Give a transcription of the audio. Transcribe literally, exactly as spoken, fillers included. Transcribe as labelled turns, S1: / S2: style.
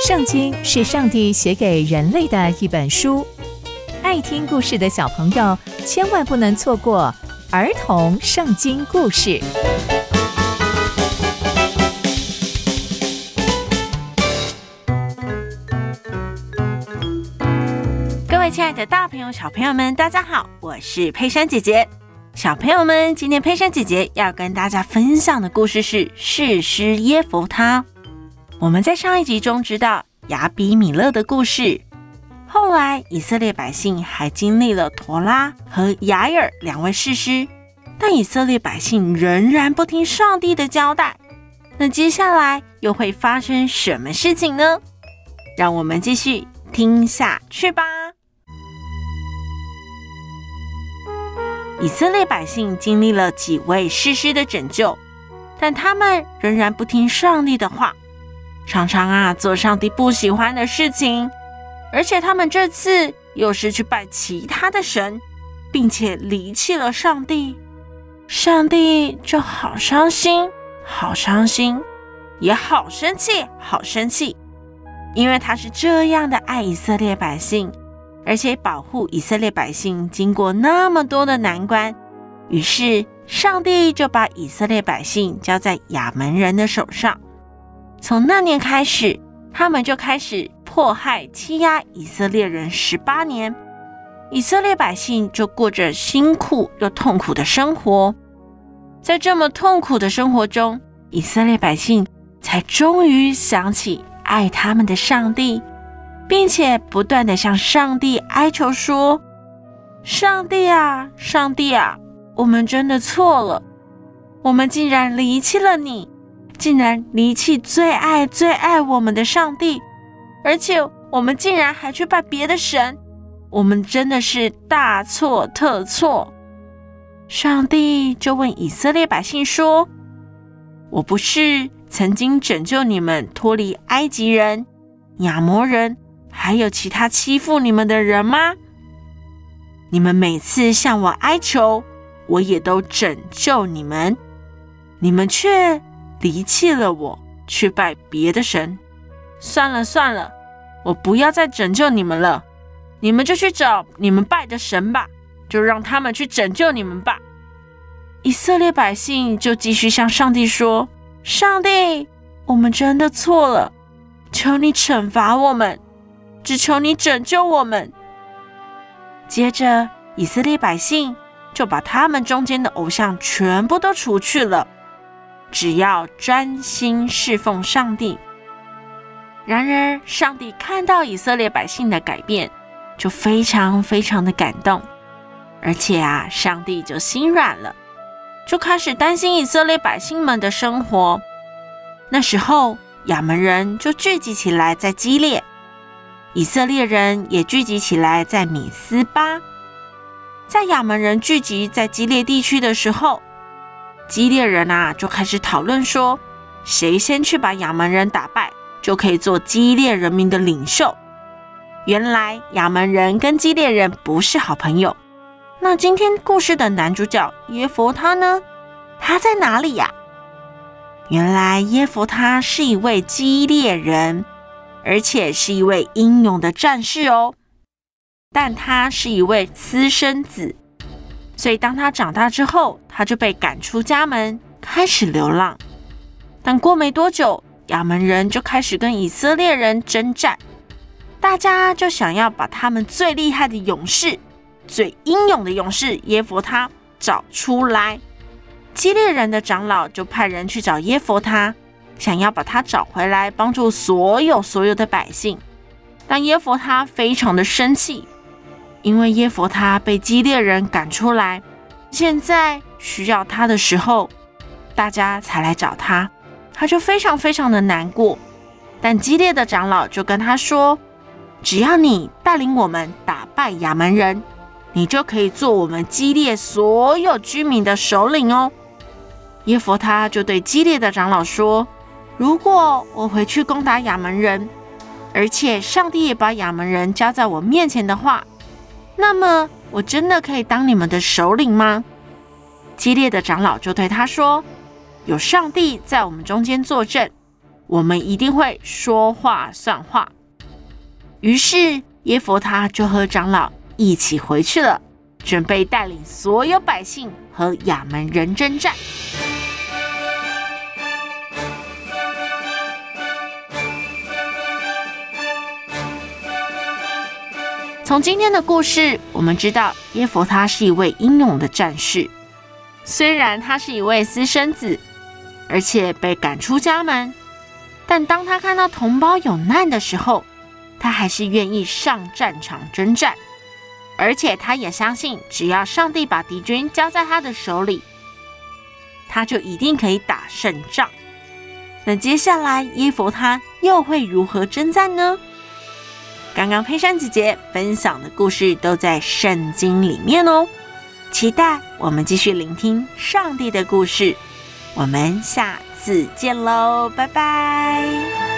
S1: 圣经是上帝写给人类的一本书，爱听故事的小朋友千万不能错过儿童圣经故事。
S2: 各位亲爱的大朋友小朋友们，大家好，我是佩珊姐姐。小朋友们，今天佩珊姐姐要跟大家分享的故事是士师耶弗他。我们在上一集中知道亚比米勒的故事，后来以色列百姓还经历了陀拉和雅尔两位士师，但以色列百姓仍然不听上帝的交代。那接下来又会发生什么事情呢？让我们继续听下去吧。以色列百姓经历了几位士师的拯救，但他们仍然不听上帝的话，常常啊做上帝不喜欢的事情，而且他们这次又是去拜其他的神，并且离弃了上帝。上帝就好伤心，好伤心，也好生气，好生气，因为他是这样的爱以色列百姓，而且保护以色列百姓经过那么多的难关。于是上帝就把以色列百姓交在亚扪人的手上。从那年开始，他们就开始迫害欺压以色列人十八年，以色列百姓就过着辛苦又痛苦的生活。在这么痛苦的生活中，以色列百姓才终于想起爱他们的上帝，并且不断地向上帝哀求说：上帝啊，上帝啊，我们真的错了，我们竟然离弃了你，竟然离弃最爱最爱我们的上帝，而且我们竟然还去拜别的神，我们真的是大错特错。上帝就问以色列百姓说：我不是曾经拯救你们脱离埃及人、亚摩人还有其他欺负你们的人吗？你们每次向我哀求，我也都拯救你们，你们却离弃了我，去拜别的神。算了算了，我不要再拯救你们了，你们就去找你们拜的神吧，就让他们去拯救你们吧。以色列百姓就继续向上帝说：上帝，我们真的错了，求你惩罚我们，只求你拯救我们。接着以色列百姓就把他们中间的偶像全部都除去了，只要专心侍奉上帝。然而上帝看到以色列百姓的改变，就非常非常的感动，而且啊，上帝就心软了，就开始担心以色列百姓们的生活。那时候亚扪人就聚集起来在基列，以色列人也聚集起来在米斯巴。在亚扪人聚集在基列地区的时候，基列人啊就开始讨论说，谁先去把亚扪人打败，就可以做基列人民的领袖。原来亚扪人跟基列人不是好朋友。那今天故事的男主角耶弗他呢？他在哪里呀？原来耶弗他是一位基列人，而且是一位英勇的战士哦。但他是一位私生子，所以当他长大之后，他就被赶出家门，开始流浪。但过没多久，亚扪人就开始跟以色列人征战，大家就想要把他们最厉害的勇士、最英勇的勇士耶弗他找出来。基列人的长老就派人去找耶弗他，想要把他找回来，帮助所有所有的百姓。但耶弗他非常的生气，因为耶弗他被基列人赶出来，现在需要他的时候，大家才来找他，他就非常非常的难过。但基列的长老就跟他说，只要你带领我们打败亚扪人，你就可以做我们基列所有居民的首领哦。耶弗他就对基列的长老说，如果我回去攻打亚扪人，而且上帝也把亚扪人交在我面前的话，那么我真的可以当你们的首领吗？基列的长老就对他说，有上帝在我们中间作证， 我们一定会说话算话。于是耶弗他就和长老一起回去了，准备带领所有百姓和亚门人征战。从今天的故事，我们知道耶弗他是一位英勇的战士。虽然他是一位私生子，而且被赶出家门，但当他看到同胞有难的时候，他还是愿意上战场征战。而且他也相信，只要上帝把敌军交在他的手里，他就一定可以打胜仗。那接下来耶弗他又会如何征战呢？刚刚佩珊姐姐分享的故事都在圣经里面哦，期待我们继续聆听上帝的故事。我们下次见喽，拜拜。